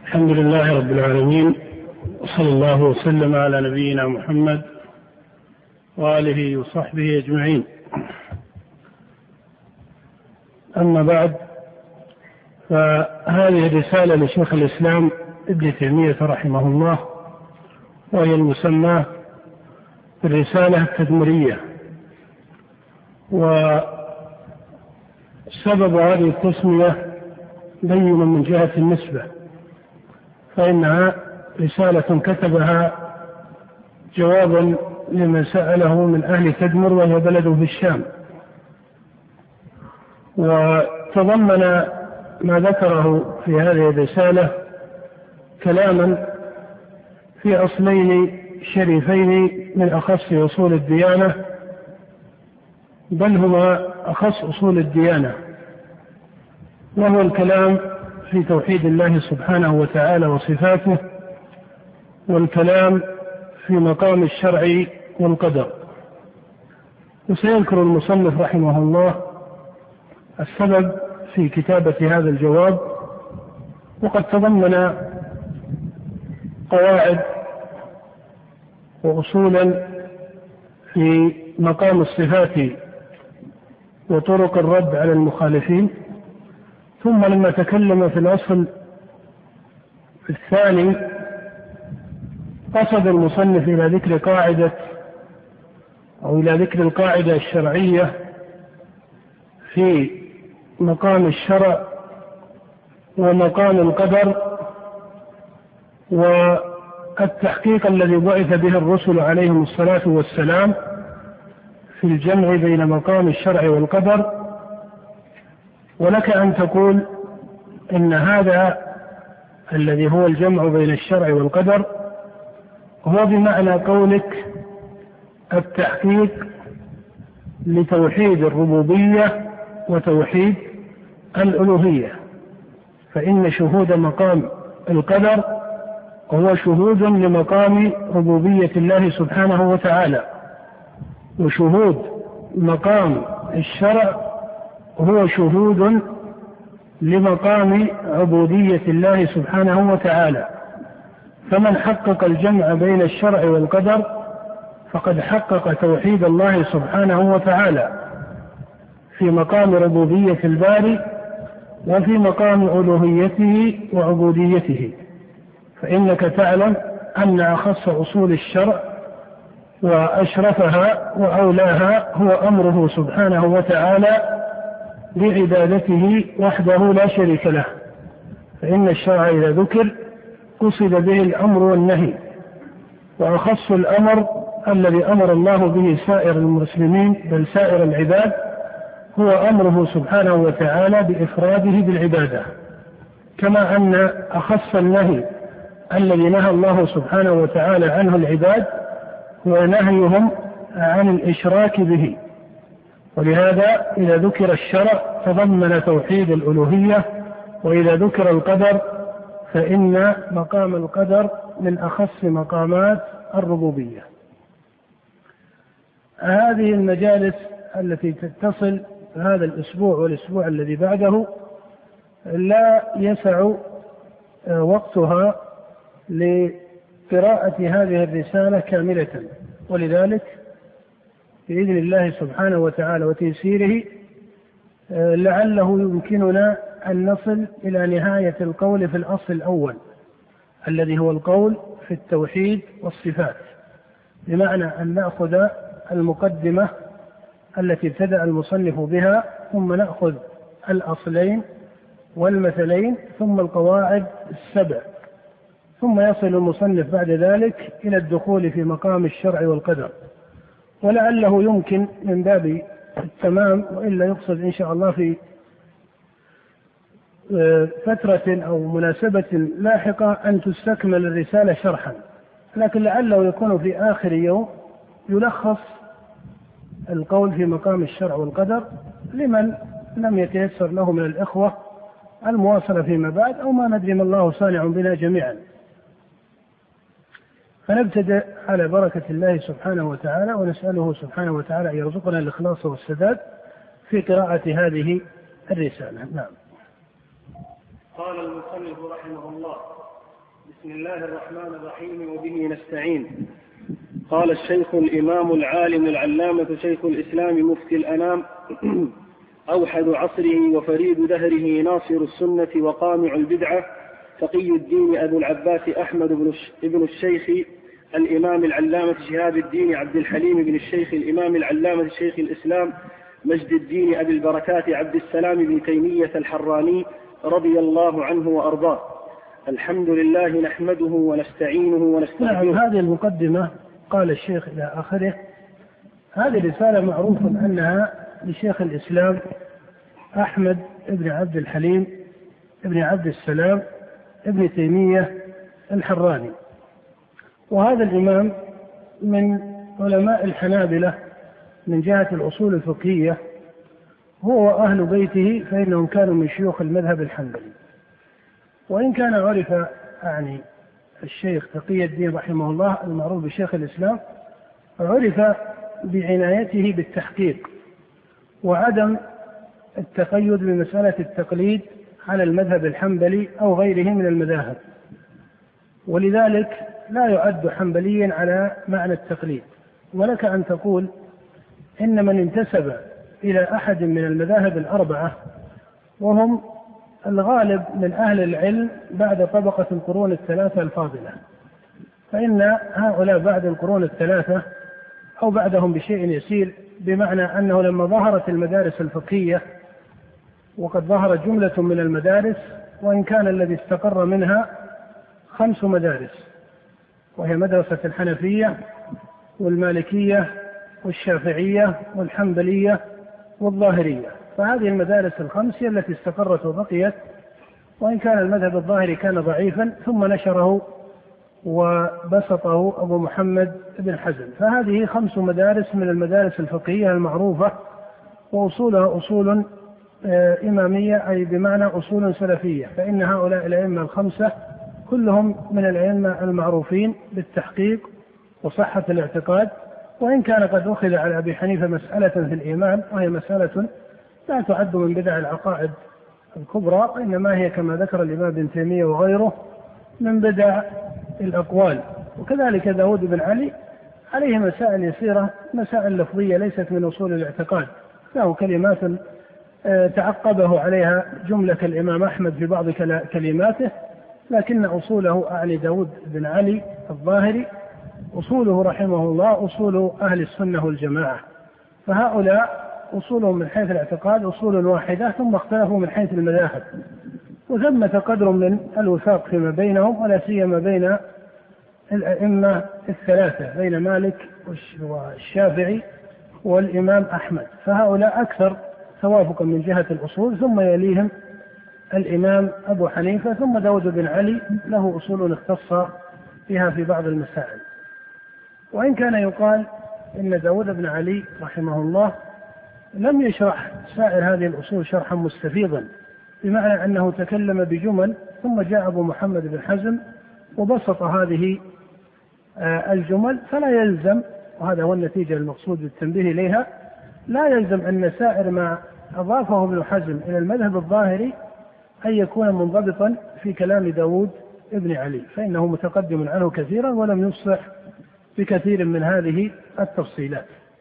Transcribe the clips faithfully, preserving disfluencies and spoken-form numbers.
الحمد لله رب العالمين، وصلى الله وسلم على نبينا محمد وآله وصحبه أجمعين. أما بعد، فهذه الرسالة لشيخ الإسلام ابن تيمية رحمه الله، وهي المسمى الرسالة التدمرية. وسبب هذه التسمية بين من جهة النسبة، فإنها رسالة كتبها جوابا لمن سأله من أهل تدمر، وهي بلده في الشام، وتضمن ما ذكره في هذه الرسالة كلاما في أصلين شريفين من أخص أصول الديانة، بل هما أخص أصول الديانة، وهو الكلام في توحيد الله سبحانه وتعالى وصفاته، والكلام في مقام الشرع والقدر. وسيذكر المصنف رحمه الله السبب في كتابة هذا الجواب، وقد تضمن قواعد وأصولا في مقام الصفات وطرق الرد على المخالفين. ثم لما تكلم في الأصل الثاني، قصد المصنف إلى ذكر قاعدة أو إلى ذكر القاعدة الشرعية في مقام الشرع ومقام القدر، والتحقيق الذي بعث به الرسل عليهم الصلاة والسلام في الجمع بين مقام الشرع والقدر. ولك أن تقول إن هذا الذي هو الجمع بين الشرع والقدر هو بمعنى قولك التحقيق لتوحيد الربوبية وتوحيد الألوهية، فإن شهود مقام القدر هو شهود لمقام ربوبية الله سبحانه وتعالى، وشهود مقام الشرع هو شهود لمقام عبودية الله سبحانه وتعالى. فمن حقق الجمع بين الشرع والقدر فقد حقق توحيد الله سبحانه وتعالى في مقام ربوبية الباري وفي مقام ألوهيته وعبوديته. فإنك تعلم أن أخص أصول الشرع وأشرفها وأولاها هو أمره سبحانه وتعالى بعبادته وحده لا شريك له، فإن الشرع إذا ذكر قصد به الأمر والنهي، وأخص الأمر الذي أمر الله به سائر المسلمين بل سائر العباد هو أمره سبحانه وتعالى بإفراده بالعبادة، كما أن أخص النهي الذي نهى الله سبحانه وتعالى عنه العباد هو نهيهم عن الإشراك به. ولهذا إذا ذكر الشرع تضمن توحيد الألوهية، وإذا ذكر القدر فإن مقام القدر من أخص مقامات الربوبية. هذه المجالس التي تتصل هذا الأسبوع والأسبوع الذي بعده لا يسع وقتها لقراءة هذه الرسالة كاملة، ولذلك بإذن الله سبحانه وتعالى وتيسيره لعله يمكننا أن نصل إلى نهاية القول في الأصل الأول الذي هو القول في التوحيد والصفات، بمعنى أن نأخذ المقدمة التي ابتدأ المصنف بها، ثم نأخذ الأصلين والمثلين ثم القواعد السبع، ثم يصل المصنف بعد ذلك إلى الدخول في مقام الشرع والقدر. ولعله يمكن من باب التمام، وإلا يقصد إن شاء الله في فترة أو مناسبة لاحقة أن تستكمل الرسالة شرحا، لكن لعله يكون في آخر يوم يلخص القول في مقام الشرع والقدر لمن لم يتيسر له من الإخوة المواصلة فيما بعد، أو ما ندري ما الله صانع بنا جميعا. فنبتدأ على بركة الله سبحانه وتعالى، ونسأله سبحانه وتعالى أن يرزقنا الإخلاص والسداد في قراءة هذه الرسالة. نعم. قال المصنف رحمه الله: بسم الله الرحمن الرحيم وبه نستعين. قال الشيخ الإمام العالم العلامة شيخ الإسلام مفتي الأنام أوحد عصره وفريد دهره ناصر السنة وقامع البدعة تقي الدين أبو العباس أحمد بن الشيخ الإمام العلامة شهاب الدين عبد الحليم بن الشيخ الإمام العلامة شيخ الإسلام مجد الدين أبي البركات عبد السلام بن تيمية الحراني رضي الله عنه وأرضاه. الحمد لله نحمده ونستعينه ونستغفره. نعم، هذه المقدمة قال الشيخ إلى آخره. هذه الرسالة معروف أنها لشيخ الإسلام أحمد بن عبد الحليم بن عبد السلام ابن تيمية الحراني، وهذا الإمام من علماء الحنابلة من جهة الأصول الفقهية، هو وأهل بيته فإنهم كانوا من شيوخ المذهب الحنبلي. وإن كان عرف يعني الشيخ تقي الدين رحمه الله المعروف بشيخ الإسلام، عرف بعنايته بالتحقيق وعدم التقيد بمسألة التقليد على المذهب الحنبلي أو غيره من المذاهب، ولذلك لا يعد حنبليا على معنى التقليد. ولك أن تقول إن من انتسب إلى أحد من المذاهب الأربعة وهم الغالب من أهل العلم بعد طبقة القرون الثلاثة الفاضلة، فإن هؤلاء بعد القرون الثلاثة أو بعدهم بشيء يسير، بمعنى أنه لما ظهرت المدارس الفقهية، وقد ظهرت جملة من المدارس وإن كان الذي استقر منها خمس مدارس، وهي مدرسة الحنفية والمالكية والشافعية والحنبلية والظاهرية. فهذه المدارس الخمس هي التي استقرت وبقيت، وإن كان المذهب الظاهري كان ضعيفا ثم نشره وبسطه أبو محمد بن حزم. فهذه خمس مدارس من المدارس الفقهية المعروفة، وأصولها أصول إمامية، أي بمعنى أصول سلفية. فإن هؤلاء الأئمة الخمسة كلهم من الأئمة المعروفين بالتحقيق وصحة الاعتقاد، وإن كان قد أخذ على أبي حنيفة مسألة في الإيمان، وهي مسألة لا تعد من بدع العقائد الكبرى، وإنما هي كما ذكر الإمام ابن تيمية وغيره من بدع الأقوال. وكذلك داود بن علي عليه مسائل يسيرة، مسائل لفظية ليست من أصول الاعتقاد، له كلمات تعقبه عليها جملة الإمام أحمد في بعض كلماته، لكن أصوله أعني داود بن علي الظاهري أصوله رحمه الله أصول أهل السنة والجماعة. فهؤلاء أصولهم من حيث الاعتقاد أصول واحدة، ثم اختلفوا من حيث المذاهب، وثمة قدر من الوفاق فيما بينهم، ولا سيما بين الأئمة الثلاثة، بين مالك والشافعي والإمام أحمد. فهؤلاء أكثر توافقا من جهة الأصول، ثم يليهم الإمام أبو حنيفة، ثم داود بن علي له أصول اختص فيها في بعض المسائل. وإن كان يقال إن داود بن علي رحمه الله لم يشرح سائر هذه الأصول شرحا مستفيضا، بمعنى أنه تكلم بجمل، ثم جاء أبو محمد بن حزم وبسط هذه الجمل. فلا يلزم، وهذا هو النتيجة المقصود بالتنبيه إليها، لا يلزم أن سائر ما أضافه ابن حزم إلى المذهب الظاهري أن يكون منضبطا في كلام داود ابن علي، فإنه متقدم عنه كثيرا ولم يصلح بكثير من هذه التفصيلات.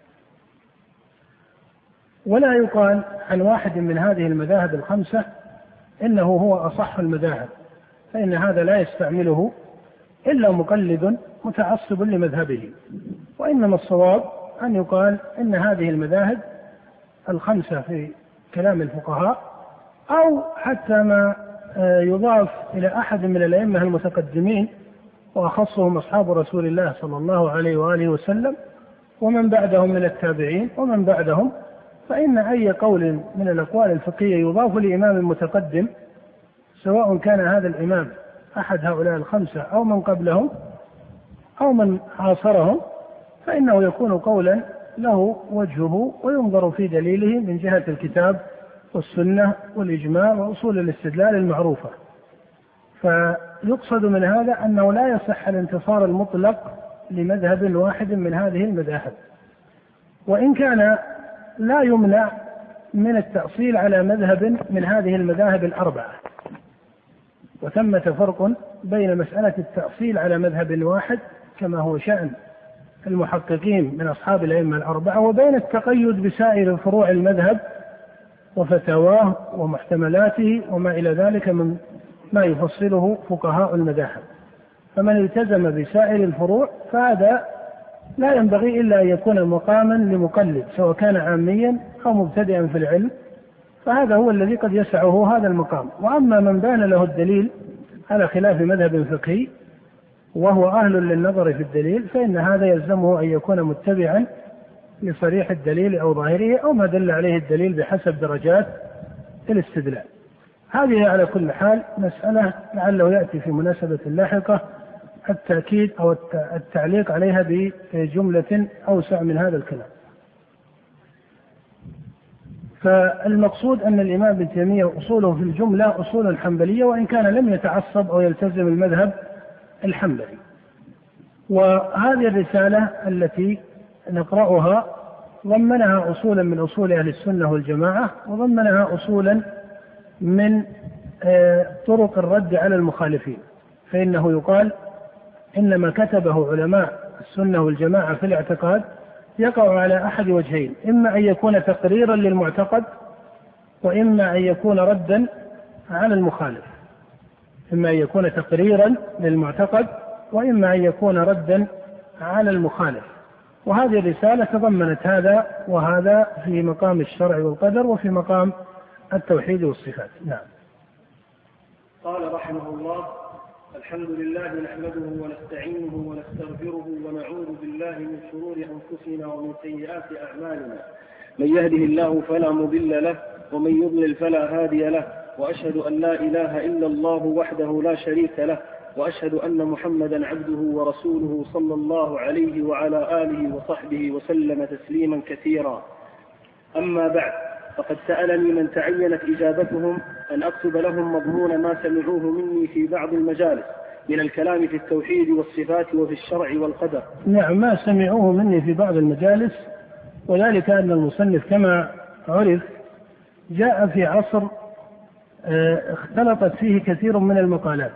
ولا يقال عن واحد من هذه المذاهب الخمسة إنه هو أصح المذاهب، فإن هذا لا يستعمله إلا مقلد متعصب لمذهبه، وإنما الصواب أن يقال إن هذه المذاهب الخمسة في كلام الفقهاء، أو حتى ما يضاف إلى أحد من الأئمة المتقدمين وأخصهم أصحاب رسول الله صلى الله عليه وآله وسلم ومن بعدهم من التابعين ومن بعدهم، فإن أي قول من الأقوال الفقهية يضاف لإمام متقدم، سواء كان هذا الإمام أحد هؤلاء الخمسة أو من قبلهم أو من عاصرهم، فإنه يكون قولا له وجهه وينظر في دليله من جهة الكتاب والسنة والإجماع وأصول الاستدلال المعروفة. فيقصد من هذا أنه لا يصح الانتصار المطلق لمذهب واحد من هذه المذاهب، وإن كان لا يمنع من التأصيل على مذهب من هذه المذاهب الأربعة. وثمة فرق بين مسألة التأصيل على مذهب واحد كما هو شأن المحققين من أصحاب الأئمة الأربعة، وبين التقيد بسائر فروع المذهب وفتاواه ومحتملاته وما إلى ذلك من ما يفصله فقهاء المذاهب. فمن التزم بسائر الفروع فهذا لا ينبغي إلا أن يكون مقاما لمقلد سواء كان عاميا أو مبتدئا في العلم، فهذا هو الذي قد يسعه هذا المقام. وأما من بان له الدليل على خلاف مذهب فقهي وهو أهل للنظر في الدليل فإن هذا يلزمه أن يكون متبعا لصريح الدليل أو ظاهره أو ما دل عليه الدليل بحسب درجات الاستدلال. هذه على كل حال مسألة لعله يأتي في مناسبة لاحقة التأكيد أو التعليق عليها بجملة أوسع من هذا الكلام. فالمقصود أن الإمام ابن تيمية أصوله في الجملة أصول حنبلية وإن كان لم يتعصب أو يلتزم المذهب الحنبلي. وهذه الرسالة التي نقرأها ضمنها أصولا من أصول أهل السنة والجماعة وضمنها أصولا من طرق الرد على المخالفين، فإنه يقال إنما كتبه علماء السنة والجماعة في الاعتقاد يقع على أحد وجهين، إما أن يكون تقريرا للمعتقد وإما أن يكون ردا على المخالف، إما أن يكون تقريرا للمعتقد وإما أن يكون ردا على المخالف. وهذه الرسالة تضمنت هذا وهذا في مقام الشرع والقدر وفي مقام التوحيد والصفات. نعم. قال رحمه الله: الحمد لله نحمده ونستعينه ونستغفره ونعوذ بالله من شرور أنفسنا ومن سيئات أعمالنا، من يهده الله فلا مضل له ومن يضلل فلا هادي له، وأشهد أن لا إله إلا الله وحده لا شريك له، وأشهد أن محمدا عبده ورسوله صلى الله عليه وعلى آله وصحبه وسلم تسليما كثيرا. أما بعد، فقد سألني من تعينت إجابتهم أن أكتب لهم مضمون ما سمعوه مني في بعض المجالس من الكلام في التوحيد والصفات وفي الشرع والقدر. نعم، ما سمعوه مني في بعض المجالس، وذلك أن المصنف كما عرف جاء في عصر اختلطت فيه كثير من المقالات،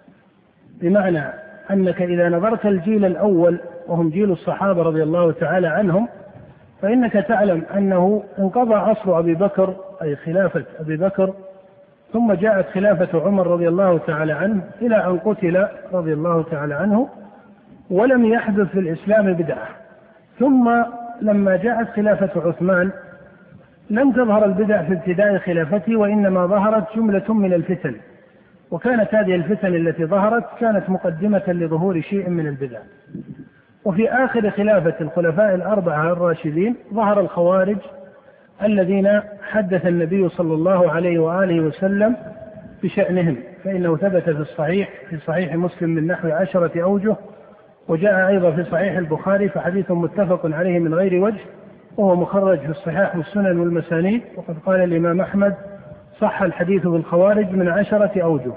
بمعنى أنك إذا نظرت الجيل الأول وهم جيل الصحابة رضي الله تعالى عنهم فإنك تعلم أنه انقضى عصر أبي بكر أي خلافة أبي بكر، ثم جاءت خلافة عمر رضي الله تعالى عنه إلى أن قتل رضي الله تعالى عنه، ولم يحدث في الإسلام بدعة. ثم لما جاءت خلافة عثمان لم تظهر البدع في ابتداء خلافته، وإنما ظهرت جملة من الفتن، وكانت هذه الفتن التي ظهرت كانت مقدمة لظهور شيء من البدع. وفي آخر خلافة الخلفاء الأربعة الراشدين ظهر الخوارج الذين حدث النبي صلى الله عليه وآله وسلم بشأنهم، فإنه ثبت في الصحيح في صحيح مسلم من نحو عشرة أوجه، وجاء أيضا في صحيح البخاري فحديث متفق عليه من غير وجه، وهو مخرج في الصحاح والسنن والمسانيد. وقد قال الإمام أحمد صح الحديث بالخوارج من عشرة أوجه.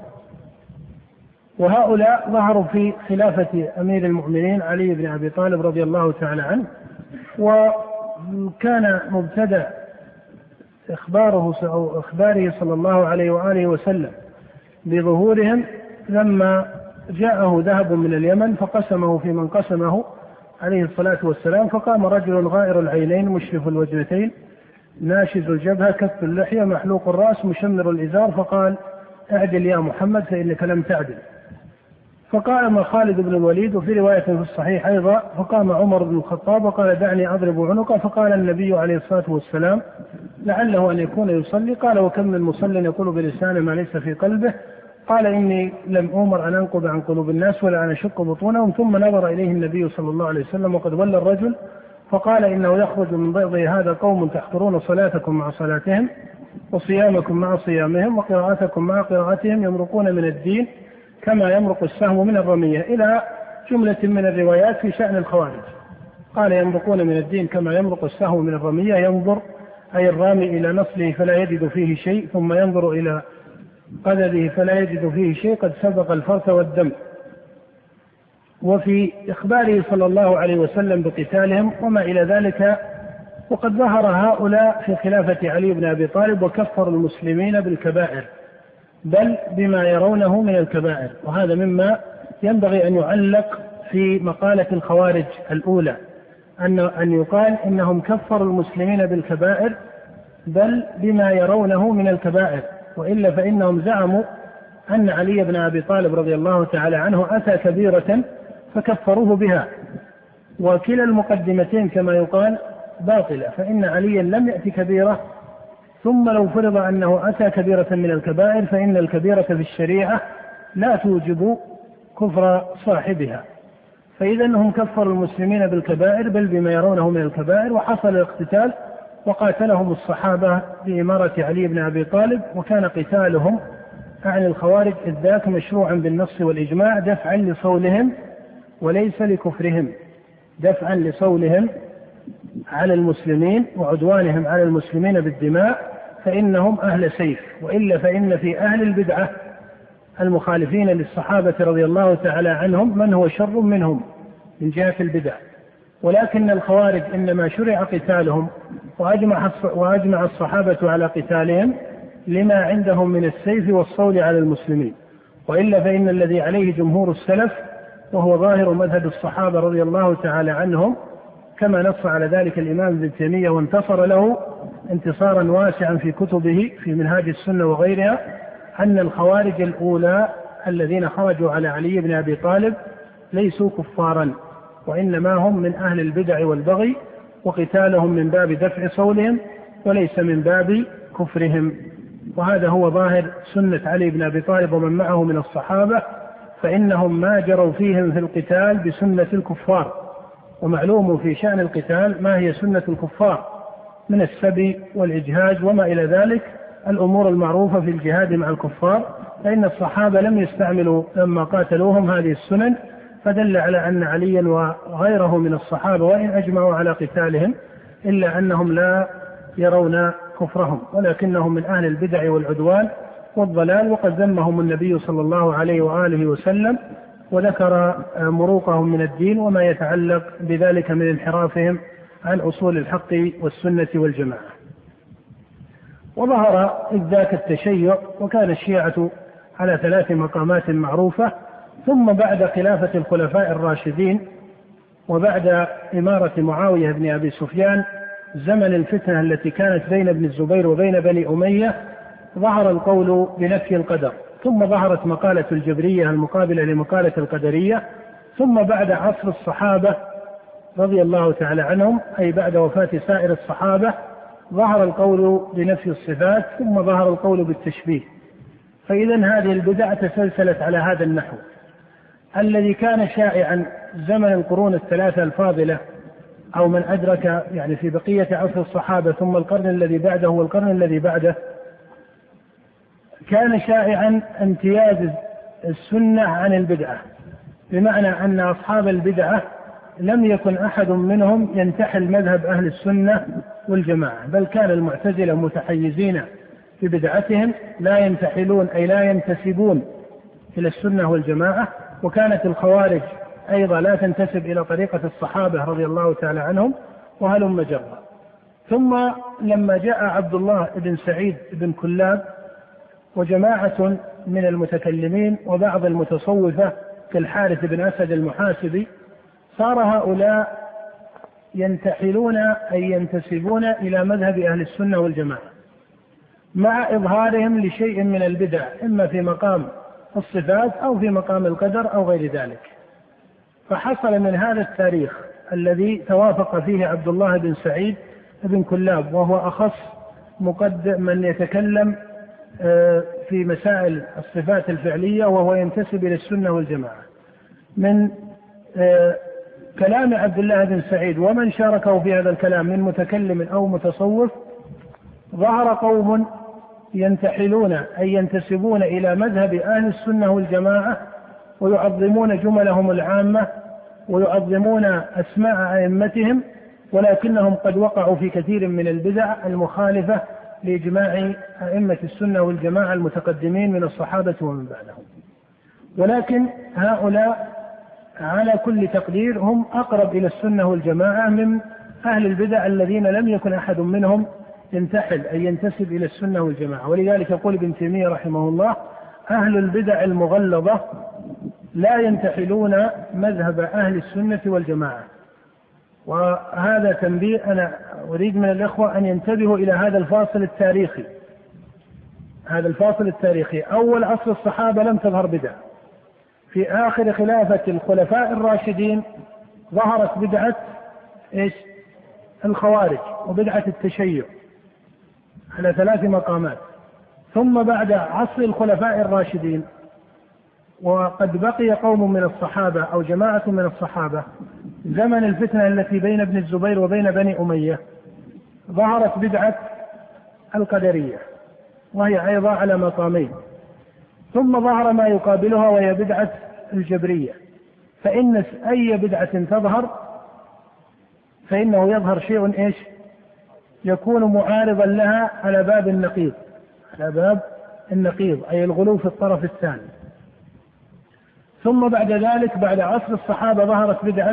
وهؤلاء ظهروا في خلافة أمير المؤمنين علي بن أبي طالب رضي الله تعالى عنه، وكان مبتدأ إخباره أو إخباره صلى الله عليه وآله وسلم بظهورهم لما جاءه ذهب من اليمن فقسمه في من قسمه عليه الصلاة والسلام، فقام رجل غائر العينين مشرف الوجنتين ناشز الجبهة كف اللحية محلوق الرأس مشمر الإزار، فقال: اعدل يا محمد فإنك لم تعدل. فقام خالد بن الوليد، وفي رواية في الصحيح أيضا فقام عمر بن الخطاب وقال: دعني أضرب عنقه. فقال النبي عليه الصلاة والسلام: لعله أن يكون يصلي. قال: وكم من مصل يقول بلسانه ما ليس في قلبه. قال: إني لم أمر أن أنقض عن قلوب الناس ولا أن أشق بطونهم. ثم نظر إليه النبي صلى الله عليه وسلم وقد ولى الرجل فقال: إنه يخرج من ضيضه هذا قوم تحقرون صلاتكم مع صلاتهم وصيامكم مع صيامهم وقراءتكم مع قراءتهم، يمرقون من الدين كما يمرق السهم من الرمية، إلى جملة من الروايات في شأن الخوارج. قال: يمرقون من الدين كما يمرق السهم من الرمية، ينظر أي الرامي إلى نصله فلا يجد فيه شيء، ثم ينظر إلى قدده فلا يجد فيه شيء، قد سبق الفرث والدم. وفي إخباره صلى الله عليه وسلم بقتالهم وما إلى ذلك. وقد ظهر هؤلاء في خلافة علي بن أبي طالب وكفروا المسلمين بالكبائر، بل بما يرونه من الكبائر. وهذا مما ينبغي أن يعلق في مقالة الخوارج الأولى، أن أن يقال إنهم كفروا المسلمين بالكبائر بل بما يرونه من الكبائر، وإلا فإنهم زعموا أن علي بن أبي طالب رضي الله تعالى عنه أتى كبيرة فكفروه بها، وكلا المقدمتين كما يقال باطلة، فإن عليا لم يأتي كبيرة، ثم لو فرض أنه أتى كبيرة من الكبائر فإن الكبيرة في الشريعة لا توجب كفر صاحبها. فإذا هم كفروا المسلمين بالكبائر بل بما يرونه من الكبائر، وحصل الاقتتال وقاتلهم الصحابة بإمارة علي بن أبي طالب، وكان قتالهم عن الخوارج إذ ذاك مشروعا بالنص والإجماع دفعا لصولهم وليس لكفرهم، دفعا لصولهم على المسلمين وعدوانهم على المسلمين بالدماء، فإنهم أهل سيف. وإلا فإن في أهل البدعة المخالفين للصحابة رضي الله تعالى عنهم من هو شر منهم من جهة البدع، ولكن الخوارج إنما شرع قتالهم وأجمع وأجمع الصحابة على قتالهم لما عندهم من السيف والصول على المسلمين. وإلا فإن الذي عليه جمهور السلف وهو ظاهر مذهب الصحابة رضي الله تعالى عنهم كما نص على ذلك الإمام ابن تيمية وانتصر له انتصارا واسعا في كتبه في منهاج السنة وغيرها، أن الخوارج الأولى الذين خرجوا على علي بن أبي طالب ليسوا كفارا، وإنما هم من أهل البدع والبغي، وقتالهم من باب دفع صولهم وليس من باب كفرهم. وهذا هو ظاهر سنة علي بن أبي طالب ومن معه من الصحابة، فإنهم ما جروا فيهم في القتال بسنة الكفار. ومعلوم في شأن القتال ما هي سنة الكفار من السبي والإجهاج وما إلى ذلك، الأمور المعروفة في الجهاد مع الكفار، فإن الصحابة لم يستعملوا لما قاتلوهم هذه السنن، فدل على أن عليا وغيره من الصحابة وإن أجمعوا على قتالهم إلا أنهم لا يرون كفرهم، ولكنهم من أهل البدع والعدوان والضلال، وقد ذمهم النبي صلى الله عليه وآله وسلم وذكر مروقهم من الدين وما يتعلق بذلك من انحرافهم عن أصول الحق والسنة والجماعة. وظهر إذ ذاك التشيع، وكان الشيعة على ثلاث مقامات معروفة، ثم بعد خلافة الخلفاء الراشدين وبعد إمارة معاوية بن أبي سفيان زمن الفتنة التي كانت بين ابن الزبير وبين بني أمية ظهر القول بنفي القدر، ثم ظهرت مقالة الجبرية المقابلة لمقالة القدرية، ثم بعد عصر الصحابة رضي الله تعالى عنهم أي بعد وفاة سائر الصحابة ظهر القول بنفي الصفات، ثم ظهر القول بالتشبيه. فإذا هذه البدع تسلسلت على هذا النحو الذي كان شائعا زمن القرون الثلاثة الفاضلة، أو من أدرك يعني في بقية عصر الصحابة ثم القرن الذي بعده والقرن الذي بعده، كان شائعا امتياز السنة عن البدعة، بمعنى أن أصحاب البدعة لم يكن أحد منهم ينتحل مذهب أهل السنة والجماعة، بل كان المعتزلة متحيزين في بدعتهم لا ينتحلون أي لا ينتسبون إلى السنة والجماعة، وكانت الخوارج أيضا لا تنتسب إلى طريقة الصحابة رضي الله تعالى عنهم، وهلم جرا. ثم لما جاء عبد الله بن سعيد بن كلاب وجماعة من المتكلمين وبعض المتصوفة كالحارث بن أسد المحاسبي، صار هؤلاء ينتحلون أي ينتسبون إلى مذهب أهل السنة والجماعة مع إظهارهم لشيء من البدع، إما في مقام الصفات أو في مقام القدر أو غير ذلك. فحصل من هذا التاريخ الذي توافق فيه عبد الله بن سعيد بن كلاب، وهو أخص مقدم من يتكلم في مسائل الصفات الفعلية وهو ينتسب إلى السنة والجماعة، من كلام عبد الله بن سعيد ومن شاركه في هذا الكلام من متكلم أو متصوف، ظهر قوم ينتحلون أي ينتسبون إلى مذهب أهل السنة والجماعة ويعظمون جملهم العامة ويعظمون أسماء أئمتهم، ولكنهم قد وقعوا في كثير من البدع المخالفة لإجماع أئمة السنة والجماعة المتقدمين من الصحابة ومن بعدهم. ولكن هؤلاء على كل تقدير هم أقرب إلى السنة والجماعة من أهل البدع الذين لم يكن أحد منهم ينتحل أي ينتسب إلى السنة والجماعة. ولذلك يقول ابن تيمية رحمه الله: أهل البدع المغلظة لا ينتحلون مذهب أهل السنة والجماعة. وهذا تنبيه أنا أريد من الإخوة أن ينتبهوا إلى هذا الفاصل التاريخي. هذا الفاصل التاريخي: أول عصر الصحابة لم تظهر بدع، في آخر خلافة الخلفاء الراشدين ظهرت بدعة إيش؟ الخوارج وبدعة التشيع على ثلاث مقامات. ثم بعد عصر الخلفاء الراشدين وقد بقي قوم من الصحابة أو جماعة من الصحابة زمن الفتنة التي بين ابن الزبير وبين بني أمية، ظهرت بدعة القدرية وهي أيضا على مقامين. ثم ظهر ما يقابلها وهي بدعة الجبرية. فإن أي بدعة تظهر فإنه يظهر شيء إيش؟ يكون معارضا لها على باب النقيض، على باب النقيض أي الغلو في الطرف الثاني. ثم بعد ذلك بعد عصر الصحابة ظهرت بدعة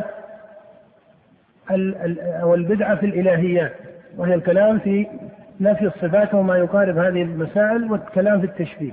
أو البدعة في الإلهيات، وهي الكلام في نفي الصفات وما يقارب هذه المسائل، والكلام في التشبيه.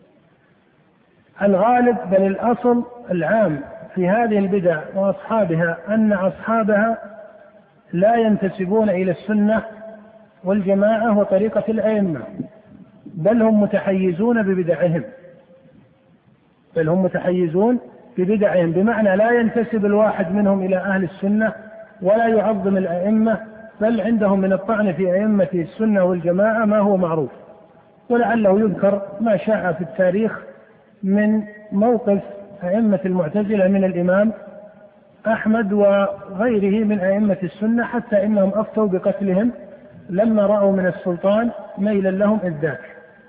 الغالب بل الأصل العام في هذه البدع وأصحابها أن أصحابها لا ينتسبون إلى السنة والجماعة وطريقة الأئمة، بل هم متحيزون ببدعهم بل هم متحيزون ببدعهم بمعنى لا ينتسب الواحد منهم إلى أهل السنة ولا يعظم الأئمة، بل عندهم من الطعن في أئمة السنة والجماعة ما هو معروف. ولعله يذكر ما شاع في التاريخ من موقف أئمة المعتزلة من الإمام أحمد وغيره من أئمة السنة، حتى إنهم أفتوا بقتلهم لما رأوا من السلطان ميلا لهم إذ ذاك.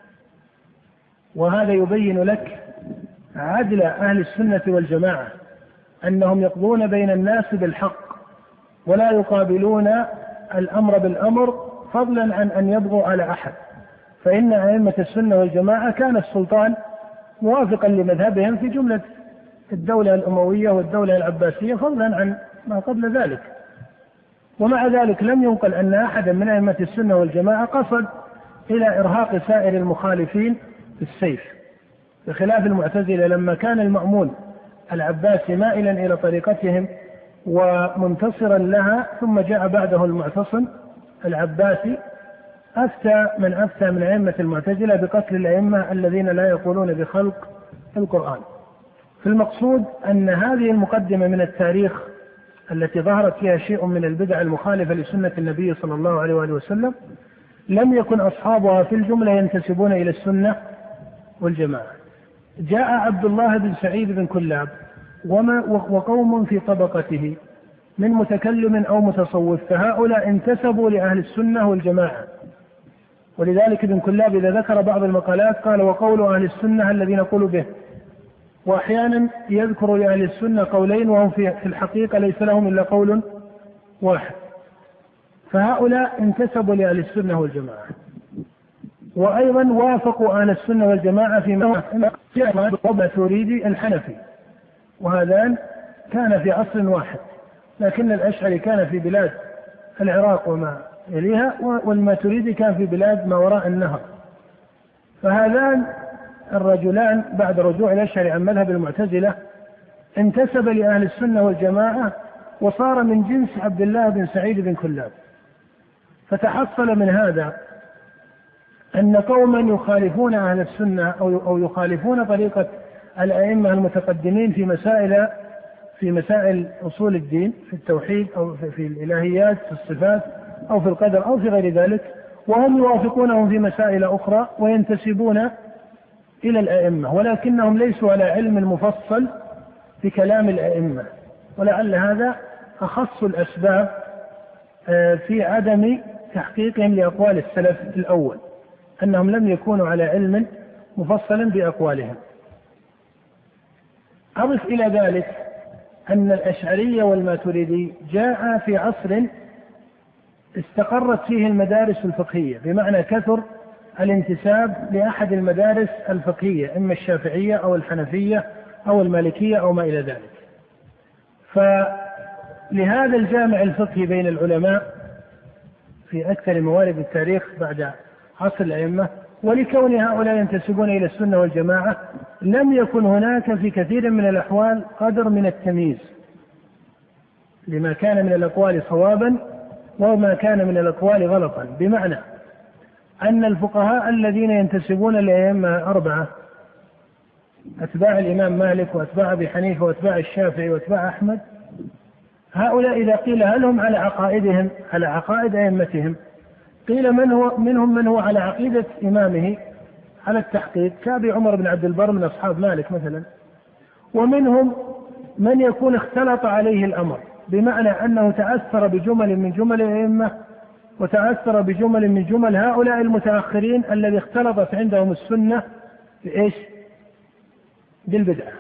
وهذا يبين لك عدل أهل السنة والجماعة، أنهم يقضون بين الناس بالحق ولا يقابلون الأمر بالأمر، فضلا عن أن يبغوا على أحد. فإن أئمة السنة والجماعة كان السلطان موافقا لمذهبهم في جملة الدولة الأموية والدولة العباسية، فضلا عن ما قبل ذلك. ومع ذلك لم ينقل أن أحدا من أئمة السنة والجماعة قصد إلى إرهاق سائر المخالفين بالسيف، بخلاف المعتزلة لما كان المأمون العباسي مائلا إلى طريقتهم ومنتصرا لها، ثم جاء بعده المعتصم العباسي أفتى من أفتى من أئمة المعتزلة بقتل الأئمة الذين لا يقولون بخلق القرآن. في المقصود أن هذه المقدمة من التاريخ التي ظهرت فيها شيء من البدع المخالفة لسنة النبي صلى الله عليه وآله وسلم لم يكن أصحابها في الجملة ينتسبون إلى السنة والجماعة. جاء عبد الله بن سعيد بن كلاب وما وقوم في طبقته من متكلم أو متصوف، فهؤلاء انتسبوا لأهل السنة والجماعة. ولذلك ابن كلاب إذا ذكر بعض المقالات قال: وقول أهل السنة الذي نقول به. وأحيانا يذكر لأهل السنة قولين وهم في الحقيقة ليس لهم إلا قول واحد. فهؤلاء انتسبوا لأهل السنة والجماعة، وأيضا وافقوا أهل السنة والجماعة فيما الماتريدي الحنفي، وهذان كان في عصر واحد، لكن الأشعري كان في بلاد العراق وما يليها، والماتريدي كان في بلاد ما وراء النهر. فهذان الرجلان بعد رجوع الأشعري عن مذهب المعتزلة انتسب لأهل السنة والجماعة وصار من جنس عبد الله بن سعيد بن كلاب. فتحصل من هذا أن قوما يخالفون أهل السنة أو يخالفون طريقة الأئمة المتقدمين في مسائل في مسائل أصول الدين، في التوحيد أو في الإلهيات، في الصفات أو في القدر أو في غير ذلك، وهم يوافقونهم في مسائل أخرى وينتسبون إلى الأئمة، ولكنهم ليسوا على علم مفصل في كلام الأئمة. ولعل هذا أخص الأسباب في عدم تحقيقهم لأقوال السلف الأول، أنهم لم يكونوا على علم مفصل بأقوالهم. أضف إلى ذلك أن الأشعرية والماتريدي جاء في عصر استقرت فيه المدارس الفقهية، بمعنى كثر الانتساب لأحد المدارس الفقهية، إما الشافعية أو الحنفية أو المالكية أو ما إلى ذلك. فلهذا الجامع الفقهي بين العلماء في أكثر موارد التاريخ بعد عصر الأئمة، ولكون هؤلاء ينتسبون إلى السنة والجماعة لم يكن هناك في كثير من الأحوال قدر من التمييز لما كان من الأقوال صوابا وما كان من الأقوال غلطا، بمعنى أن الفقهاء الذين ينتسبون للأئمة أربعة أتباع الإمام مالك وأتباع أبي حنيفة وأتباع الشافعي وأتباع أحمد، هؤلاء إذا قيل هل هم على عقائدهم على عقائد أئمتهم، قيل من هو منهم من هو على عقيدة إمامه على التحقيق كأبي عمر بن عبد البر من أصحاب مالك مثلا، ومنهم من يكون اختلط عليه الأمر، بمعنى أنه تأثر بجمل من جمل الأئمة وتأثر بجمل من جمل هؤلاء المتأخرين الذي اختلطت عندهم السنة بإيش؟ بالبدعة.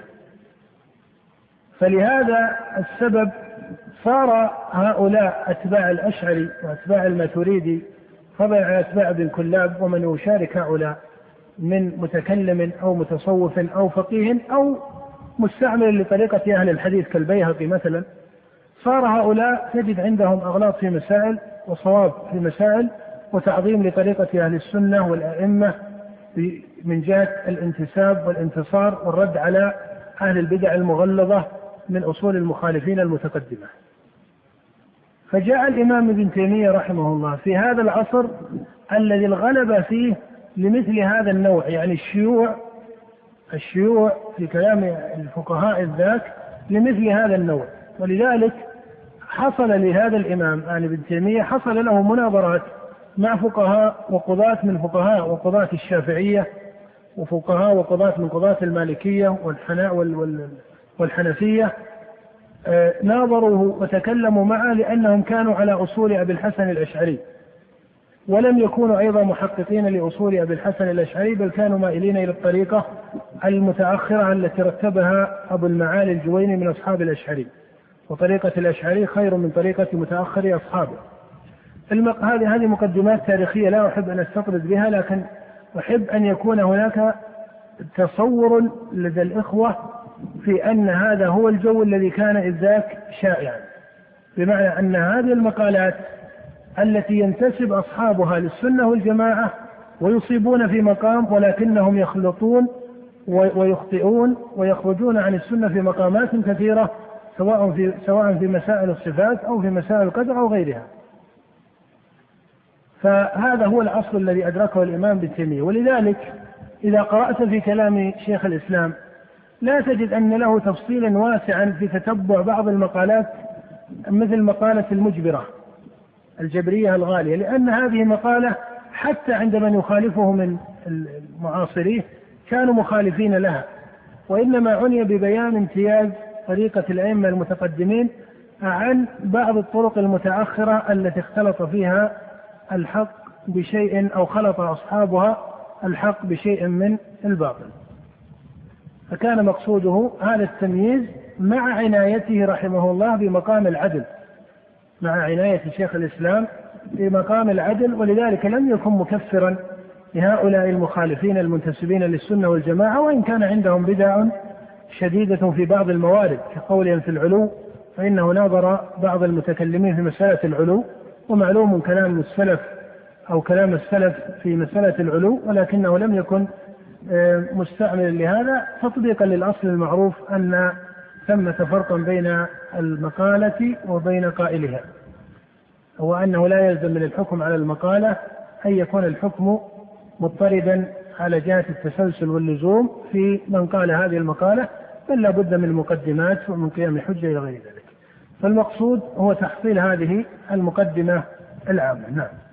فلهذا السبب صار هؤلاء أتباع الأشعري وأتباع الماتريدي فضلا عن أتباع ابن كلاب ومن يشارك هؤلاء من متكلم أو متصوف أو فقيه أو مستعمل لطريقة أهل الحديث كالبيهقي مثلا، صار هؤلاء تجد عندهم أغلاط في مسائل وصواب في مسائل وتعظيم لطريقة أهل السنة والأئمة من جهة الانتساب والانتصار والرد على أهل البدع المغلظة من أصول المخالفين المتقدمة. فجاء الإمام ابن تيمية رحمه الله في هذا العصر الذي الغلبة فيه لمثل هذا النوع، يعني الشيوع الشيوع في كلام الفقهاء الذاك لمثل هذا النوع، ولذلك حصل لهذا الإمام يعني ابن تيمية حصل له مناظرات مع فقهاء وقضاة من فقهاء وقضاة الشافعية وفقهاء وقضاة من قضاة المالكية والحنفية، ناظروه وتكلموا معه لأنهم كانوا على أصول أبي الحسن الأشعري ولم يكونوا أيضا محققين لأصول أبي الحسن الأشعري، بل كانوا مائلين إلى الطريقة المتأخرة التي رتبها أبو المعالي الجويني من أصحاب الأشعري، وطريقة الأشعري خير من طريقة متأخر أصحابه. هذه هذه مقدمات تاريخية لا أحب أن أستطرد بها، لكن أحب أن يكون هناك تصور لدى الإخوة في أن هذا هو الجو الذي كان إذ ذاك شائعا، بمعنى أن هذه المقالات التي ينتسب أصحابها للسنة والجماعة ويصيبون في مقام ولكنهم يخلطون ويخطئون ويخرجون عن السنة في مقامات كثيرة، سواء في سواء في مسائل الصفات أو في مسائل القدر أو غيرها. فهذا هو الأصل الذي أدركه الإمام ابن تيمية. ولذلك إذا قرأت في كلام شيخ الإسلام لا تجد أن له تفصيلا واسعا في تتبع بعض المقالات مثل مقالة المجبرة الجبرية الغالية، لأن هذه مقالة حتى عند من يخالفه من المعاصرين كانوا مخالفين لها، وإنما عني ببيان امتياز طريقة الأئمة المتقدمين عن بعض الطرق المتأخرة التي اختلط فيها الحق بشيء أو خلط أصحابها الحق بشيء من الباطل. فكان مقصوده هذا التمييز مع عنايته رحمه الله بمقام العدل، مع عناية شيخ الإسلام بمقام العدل، ولذلك لم يكن مكفرا لهؤلاء المخالفين المنتسبين للسنة والجماعة، وإن كان عندهم بدع شديدة في بعض الموارد كقولهم في العلو، فإنه ناظر بعض المتكلمين في مسألة العلو، ومعلوم كلام السلف أو كلام السلف في مسألة العلو، ولكنه لم يكن مستعمل لهذا تطبيقا للأصل المعروف أن ثمة فرقا بين المقالة وبين قائلها، هو أنه لا يلزم من الحكم على المقالة أن يكون الحكم مضطردا على جهة التسلسل واللزوم في من قال هذه المقالة، بل لا بد من مقدمات ومن قيام حجة إلى غير ذلك. فالمقصود هو تحصيل هذه المقدمة العامة. نعم.